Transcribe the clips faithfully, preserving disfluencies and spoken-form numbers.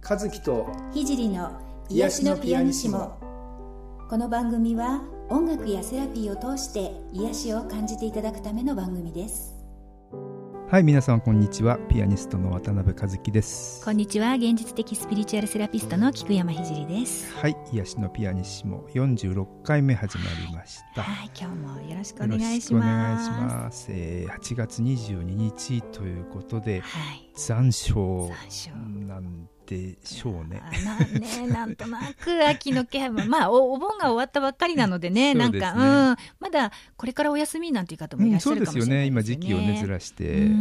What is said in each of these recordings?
和樹と聖の癒しのピアニシモ。この番組は音楽やセラピーを通して癒しを感じていただくための番組です。 はい、皆さんこんにちは。ピアニストの渡辺和樹です。 こんにちは。現実的スピリチュアルセラピストの菊山聖です。 はい、癒しのピアニシモよんじゅうろっかいめ始まりました。 はい、今日もよろしくお願いします。 よろしくお願いします、えー、はちがつにじゅうににちということで、はい、残暑なんでしょうね。 な, ねなんとなく秋の気配もまあ お, お盆が終わったばっかりなのでね、なんか、うん、まだこれからお休みなんていう方もいらっしゃるかもしれないですよね。うん、そうですよね。 今時期をねずらして、うん、うん、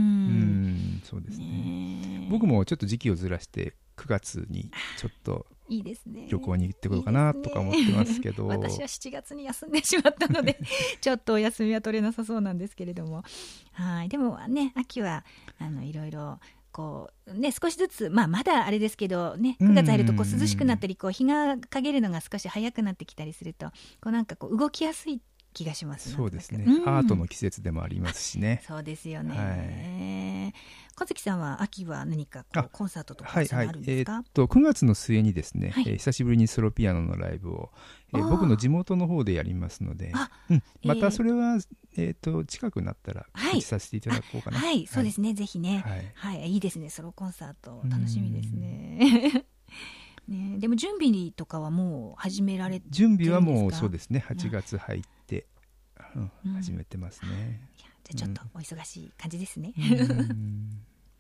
そうですね。ね、僕もちょっと時期をずらしてくがつにちょっといいですね、 旅行に行ってこようかなとか思ってますけど、 いい私はしちがつに休んでしまったのでちょっとお休みは取れなさそうなんですけれども、はい、でもね、秋はあのいろいろこうね、少しずつ、まあ、まだあれですけど、ね、くがつ入るとこう涼しくなったり、こう日が陰るのが少し早くなってきたりすると、こうなんかこう動きやすい気がします。 そうですね、うん、アートの季節でもありますしね。 そうですよね、はい、和樹さんは秋は何かこうコンサートとかあるんですか？はいはい、えー、っとくがつの末にですね、はい、えー、久しぶりにソロピアノのライブを、えー、僕の地元の方でやりますので、うん、またそれは、えー、っと近くなったら告知させていただこうかな。 はい、はい、そうですね、ぜひね、はいはい、いいですね、ソロコンサート楽しみですね。ね、でも準備とかはもう始められてるんですか？ 準備はもうそうですね、はちがつ入って、うん、始めてますね。いや、じゃあちょっとお忙しい感じですね。 うん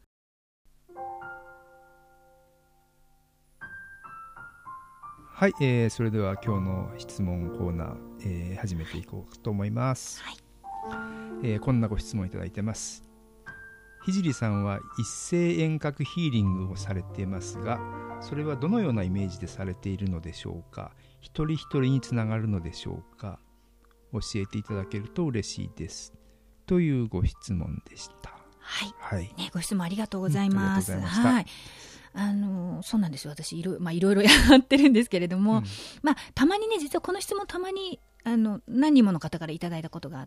はい、えー、それでは今日の質問コーナー、えー、始めていこうと思います。はい、えー、こんなご質問いただいてます。聖さんは一斉遠隔ヒーリングをされていますが、それはどのようなイメージでされているのでしょうか？一人一人につながるのでしょうか？教えていただけると嬉しいです、というご質問でした。 はい、はい、ね、ご質問ありがとうございます。うん、ありがとうございました。はい、あのそうなんですよ。私いろ、まあ、いろいろやってるんですけれども、うん、まあ、たまにね、実はこの質問たまにあの何人もの方からいただいたことがあって、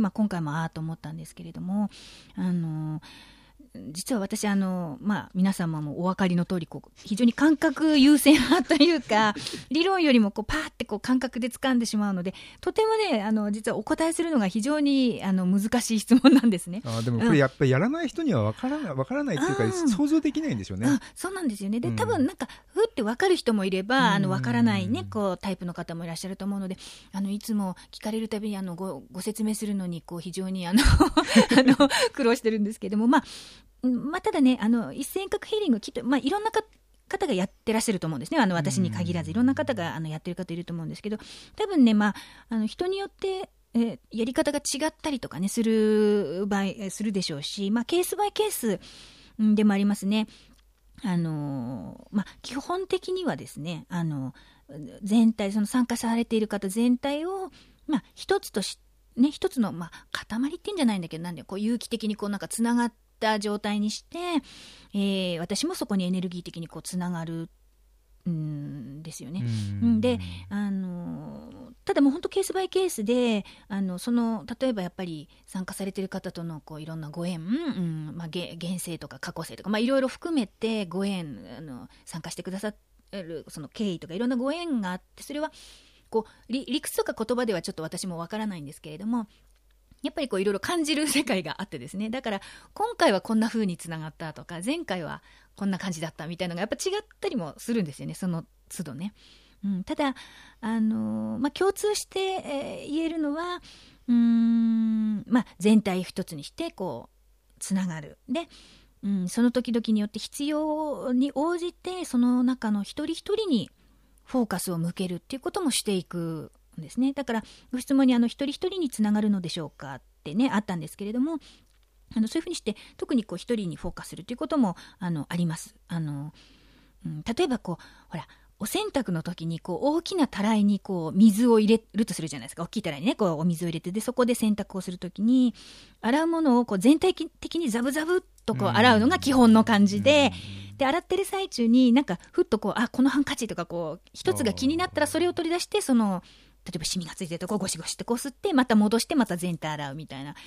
まあ、今回もああと思ったんですけれども、あの実は私あの、まあ、皆様もお分かりの通り、こう非常に感覚優先派というか理論よりもこうパーってこう感覚で掴んでしまうので、とてもね、あの実はお答えするのが非常にあの難しい質問なんですね。 あ、でもこれやっぱりやらない人には分からない、分からないっていうか、うん、想像できないんでしょうね。 あ、そうなんですよね。で、多分なんかふって分かる人もいれば、うん、あの分からない、ね、こうタイプの方もいらっしゃると思うので、あのいつも聞かれるたびにあの ご, ご説明するのにこう非常にあのあの苦労してるんですけども、まあまあ、ただね、あの一斉遠隔ヒーリングきっと、まあ、いろんな方がやってらっしゃると思うんですね。あの私に限らずいろんな方があのやってる方いると思うんですけど、多分ね、まあ、あの人によってえー、やり方が違ったりとかねする場合するでしょうし、まあ、ケースバイケースでもありますね。あの、まあ、基本的にはですね、あの全体、その参加されている方全体を、まあ、一つとし、ね、一つの、まあ、塊っていうんじゃないんだけど、なんでこう有機的にこうなんかつながった状態にして、えー、私もそこにエネルギー的にこうつながるんですよね。で、あのただもう本当ケースバイケースで、あのその例えばやっぱり参加されている方とのこういろんなご縁、うんまあ、現世とか過去世とか、まあ、いろいろ含めてご縁、あの参加してくださるその経緯とかいろんなご縁があって、それはこう 理, 理屈とか言葉ではちょっと私もわからないんですけれども、やっぱりこういろいろ感じる世界があってですね、だから今回はこんな風につながったとか、前回はこんな感じだったみたいなのがやっぱ違ったりもするんですよね、その都度ね。うん、ただ、あのーまあ、共通して、えー、言えるのは、うーん、まあ、全体一つにしてこうつながる。で、うん、その時々によって必要に応じてその中の一人一人にフォーカスを向けるっていうこともしていくですね。だからご質問にあの一人一人につながるのでしょうかってねあったんですけれども、あのそういうふうにして特にこう一人にフォーカスするということもあのあります。あの、うん、例えばこうほらお洗濯の時にこう大きなたらいにこう水を入れるとするじゃないですか。大きいたらいにねこうお水を入れて、でそこで洗濯をする時に洗うものをこう全体的にザブザブっとこう洗うのが基本の感じで、で洗ってる最中になんかふっとこうあこのハンカチとかこう一つが気になったらそれを取り出して、その例えばシミがついてるとこをゴシゴシってこすってまた戻してまた全体洗うみたいな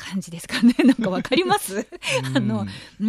感じですかね。なんかわかりますあの、うん。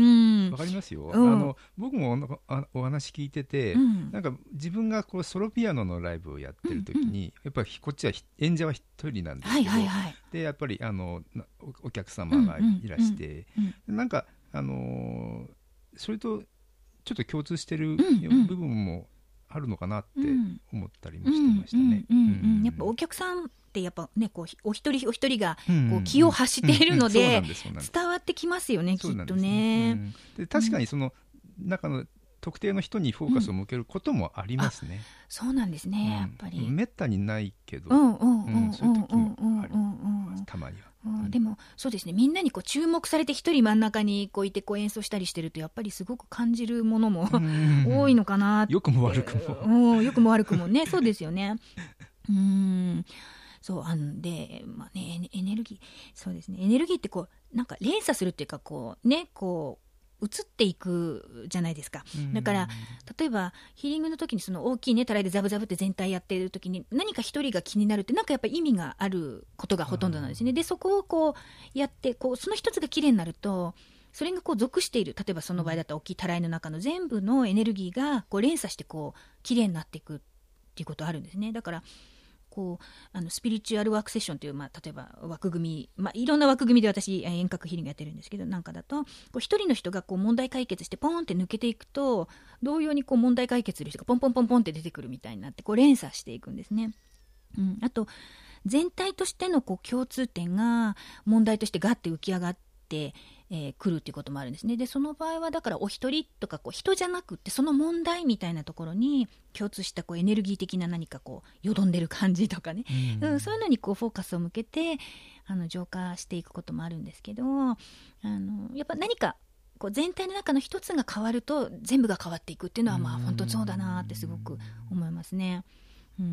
わかりますよ。 うん、 あの僕もお話聞いてて、うん、なんか自分がこうソロピアノのライブをやってる時に、うんうん、やっぱりこっちは演者は一人なんですけど、はいはいはい、でやっぱりあの お, お客様がいらして、うんうんうん、なんかあのー、それとちょっと共通してる部分もあるのかなって思ったりもしてましたね。 やっぱお客さんってやっぱね、こうお一人お一人がこう気を発しているので伝わってきますよね、きっとね。 で確かにその中の特定の人にフォーカスを向けることもありますね。 そうなんですね、やっぱりめったにないけど、 そういう時もある、 たまには。 うん、でもそうですね、みんなにこう注目されて一人真ん中にこういてこう演奏したりしてるとやっぱりすごく感じるものも多いのかなって。 良くも悪くも、 うん、良くも悪くもねそうですよね。うーんそうあので、まあね、エネルギーそうですね、エネルギーってこうなんか連鎖するっていうかこうねこう移っていくじゃないですか。だから例えばヒーリングの時にその大きいねたらいでザブザブって全体やっている時に何か一人が気になるってなんかやっぱり意味があることがほとんどなんですね。でそこをこうやってこうその一つがきれいになるとそれがこう属している、例えばその場合だったら大きいたらいの中の全部のエネルギーがこう連鎖してこうきれいになっていくっていうことあるんですね。だからこうあのスピリチュアルワークセッションという、まあ、例えば枠組み、まあ、いろんな枠組みで私遠隔ヒーリングやってるんですけど、なんかだとこう一人の人がこう問題解決してポンって抜けていくと同様にこう問題解決する人がポンポンポンポンって出てくるみたいになってこう連鎖していくんですね。うん、あと全体としてのこう共通点が問題としてガッて浮き上がってえー、来るっていうこともあるんですね。でその場合はだからお一人とかこう人じゃなくってその問題みたいなところに共通したこうエネルギー的な何かこうよどんでる感じとかね、うんうん、そういうのにこうフォーカスを向けてあの浄化していくこともあるんですけど、あのやっぱ何かこう全体の中の一つが変わると全部が変わっていくっていうのはまあ本当にそうだなってすごく思いますね。うん、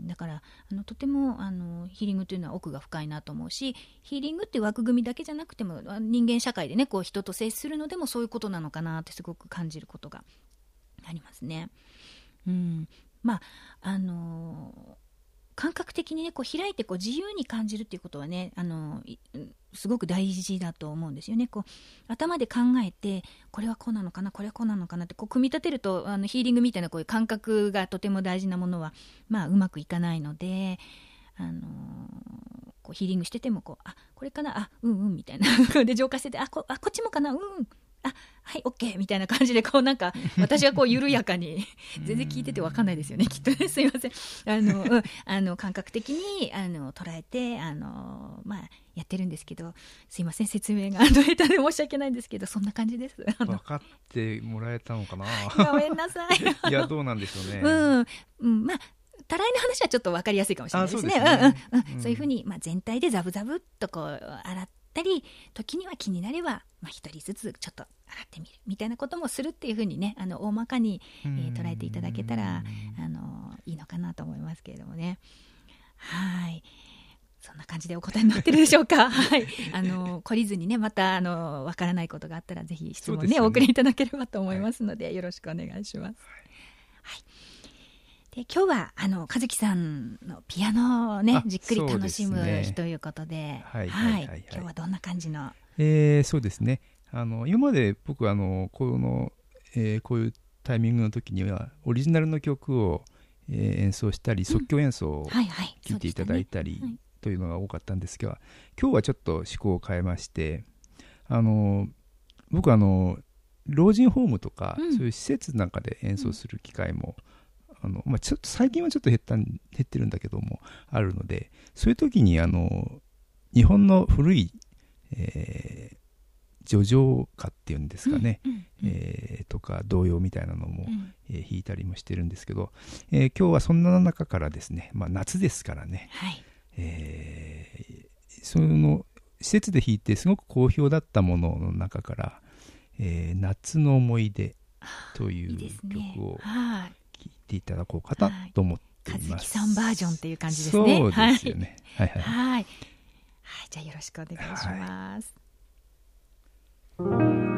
だからあのとてもあのヒーリングというのは奥が深いなと思うし、ヒーリングっていう枠組みだけじゃなくても人間社会でねこう人と接するのでもそういうことなのかなってすごく感じることがありますね。うん、まああの感覚的にねこう開いてこう自由に感じるっていうことはねあのすごく大事だと思うんですよね。こう頭で考えてこれはこうなのかなこれはこうなのかなってこう組み立てるとあのヒーリングみたいなこういう感覚がとても大事なものは、まあ、うまくいかないので、あのー、こうヒーリングしててもこうあこれかなあうんうんみたいなで浄化しててあ こ, あこっちもかなうんあはい OK みたいな感じでこうなんか私はこう緩やかに全然聞いてて分かんないですよねきっとねすいませんあの、うん、あの感覚的にあの捉えてあの、まあ、やってるんですけどすいません説明が下手で申し訳ないんですけどそんな感じです。 分かってもらえたのかなごめんなさいいやどうなんでしょうね。 うんうん、まあたらいの話はちょっと分かりやすいかもしれないですね。そういうふうに、まあ、全体でザブザブっとこう洗ったり時には気になれば、まあ、一人ずつちょっと洗ってみるみたいなこともするっていうふうにねあの大まかに、えー、捉えていただけたらあのいいのかなと思いますけれどもね。はいそんな感じでお答えになってるでしょうかはい、あの懲りずにねまたあのわからないことがあったらぜひ質問 ね, ねお送りいただければと思いますので、はい、よろしくお願いします。はい、はいで今日はあの和樹さんのピアノをねじっくり楽しむ日ということで、はいはい、今日はどんな感じの、 えー、そうですねあの今まで僕はあのこの、えー、こういうタイミングの時にはオリジナルの曲を、えー、演奏したり即興演奏を聴いていただいたりというのが多かったんですが、今日はちょっと趣向を変えましてあの僕はあの老人ホームとか、うん、そういう施設なんかで演奏する機会も、うんあのまあ、ちょっと最近はちょっと減った、減ってるんだけどもあるのでそういう時にあの日本の古い、えー、叙情歌っていうんですかね、うんうんうんえー、とか童謡みたいなのも、うんえー、弾いたりもしてるんですけど、えー、今日はそんな中からですね、まあ、夏ですからね、はいえー、その施設で弾いてすごく好評だったものの中から、えー、夏の思い出という曲を聴いていただこうかなと思っています。 和樹さんバージョンっていう感じですね。 そうですよね。はいはいはい。 はい、じゃあよろしくお願いします。 はい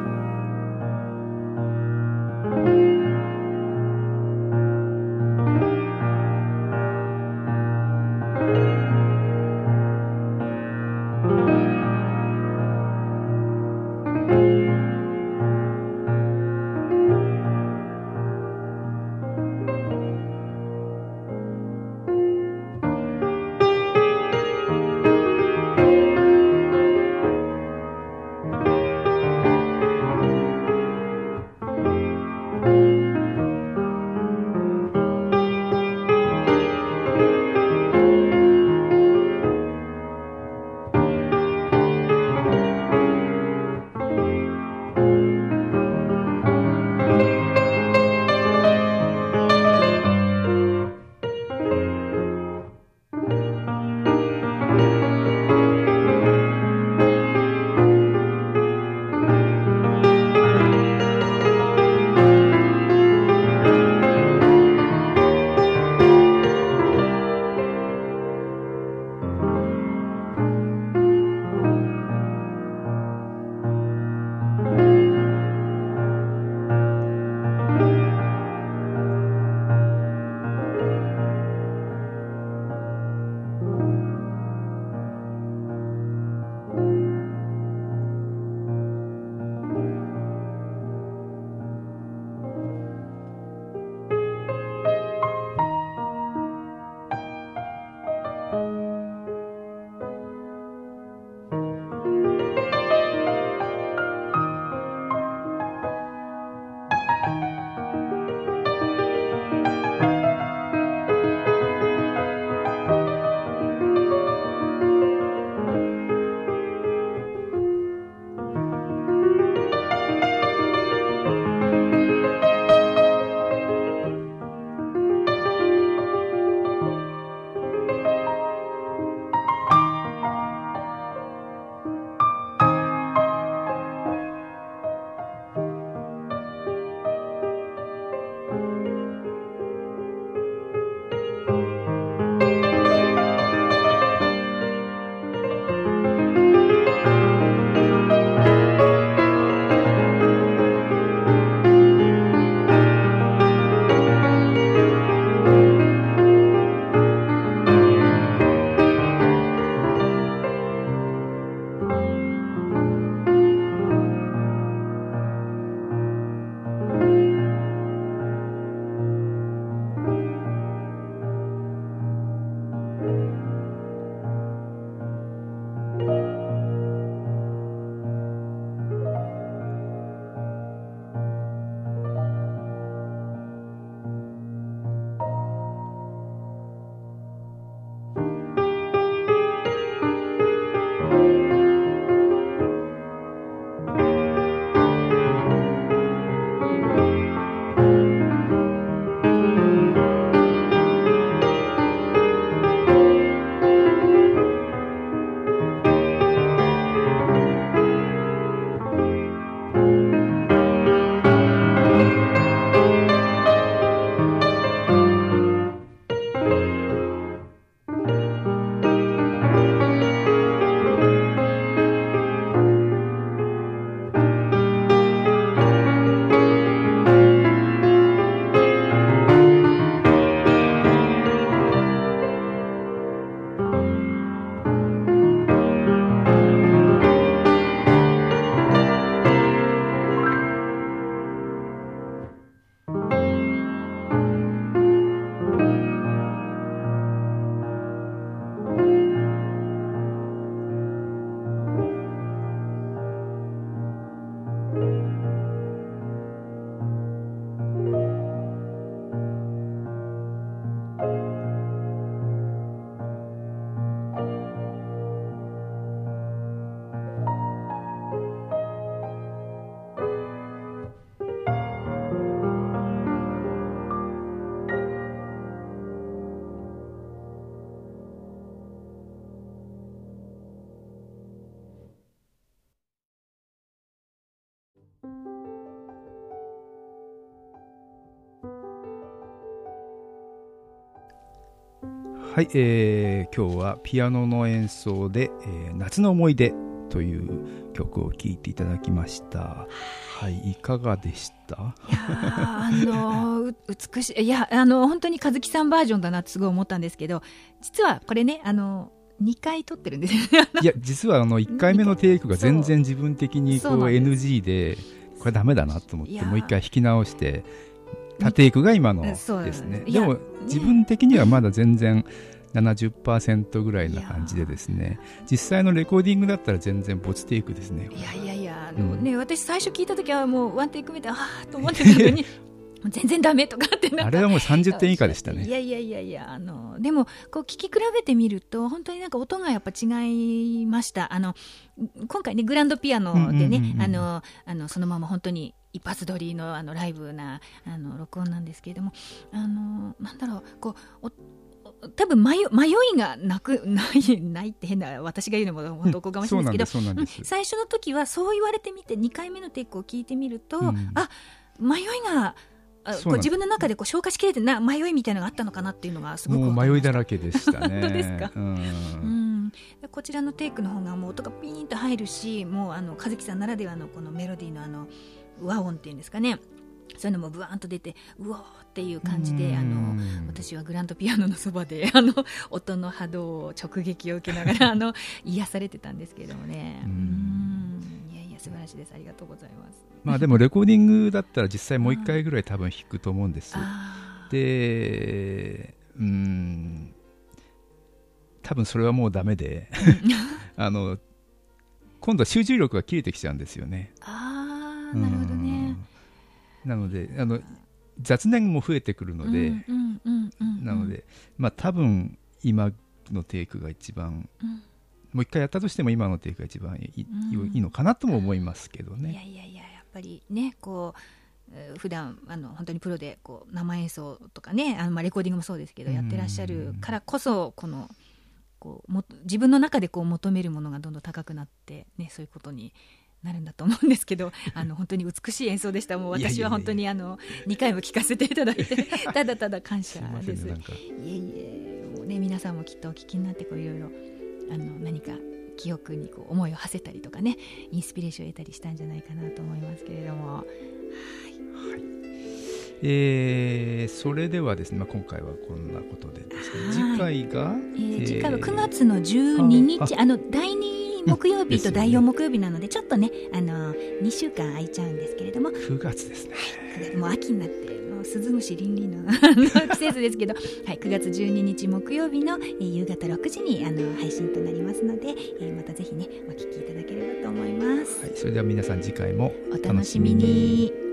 はい、えー、今日はピアノの演奏で、えー、夏の思い出という曲を聴いていただきました。はい、いかがでした？ いやあの美しい、いやあの本当に和樹さんバージョンだなってすごい思ったんですけど、実はこれねあのにかい撮ってるんですよね。 いや実はあのいっかいめのテイクが全然自分的にこう エヌジー でこれダメだなと思ってもう一回弾き直して他テイクが今のですね。でも自分的にはまだ全然 ななじゅっパーセント ぐらいな感じでですね、実際のレコーディングだったら全然ボツテイクですね。 いやいやいや、あの、ね、うん、私最初聞いた時はもうワンテイク目であーと思ってたのに全然ダメとかってなんかあれはもうさんじゅってん以下でしたね。 いやいやいやいや、あのでもこう聞き比べてみると本当になんか音がやっぱ違いました。あの今回ねグランドピアノでね、うんうんうんうん、あのあのそのまま本当に一発撮り の, あのライブなあの録音なんですけれども、あのなんだろう、こう多分 迷, 迷いがなく ない, ないって変な私が言うのも本当おこがましいんですけど、うん、最初の時はそう言われてみてにかいめのテイクを聞いてみると、うん、あ迷いがこう自分の中でこう消化しきれてな迷いみたいなのがあったのかなっていうのがすごく分かりました。 もう迷いだらけでしたね。 本当ですか、 うんうん、こちらのテイクの方がもう音がピーンと入るし、もうあの和樹さんならではのこのメロディーのあの和音っていうんですかね、そういうのもブワーンと出てうわーっていう感じで、あの私はグランドピアノのそばであの音の波動を直撃を受けながらあの癒されてたんですけれどもね。うん、いやいや素晴らしいです。ありがとうございます。 まあでもレコーディングだったら実際もう一回ぐらい多分弾くと思うんです。で、うん多分それはもうダメであの今度は集中力が切れてきちゃうんですよね。 ああ、なるほどね。 なのであの雑念も増えてくるので、なので、まあ、多分今のテイクが一番、うん、もう一回やったとしても今のテイクが一番いい、うん、いいのかなとも思いますけどね。 いやいやいや、やっぱりね、こう普段あの本当にプロでこう生演奏とかね、あのまあレコーディングもそうですけどやってらっしゃるからこそ、このこうも自分の中でこう求めるものがどんどん高くなって、ね、そういうことになるんだと思うんですけど、あの本当に美しい演奏でした。もう私は本当にあのにかいも聴かせていただいてただただ感謝です。いえいえ、もうね、皆さんもきっとお聞きになってこういろいろあの何か記憶にこう思いを馳せたりとかね、インスピレーションを得たりしたんじゃないかなと思いますけれども、はい、 はい、えー、それではですね、まあ、今回はこんなことでですね、次回が、 えー、次回はくがつのじゅうににち、あ, あのだいに木曜日とだいよん木曜日なので、ちょっとね、あのにしゅうかん空いちゃうんですけれども、 くがつですね、 はい、もう秋になってもう鈴虫凛々の季節ですけど、はい、くがつじゅうににち木曜日の、えー、夕方ろくじにあの配信となりますので、えー、またぜひねお聞きいただければと思います。 はい、それでは皆さん次回もお楽しみに。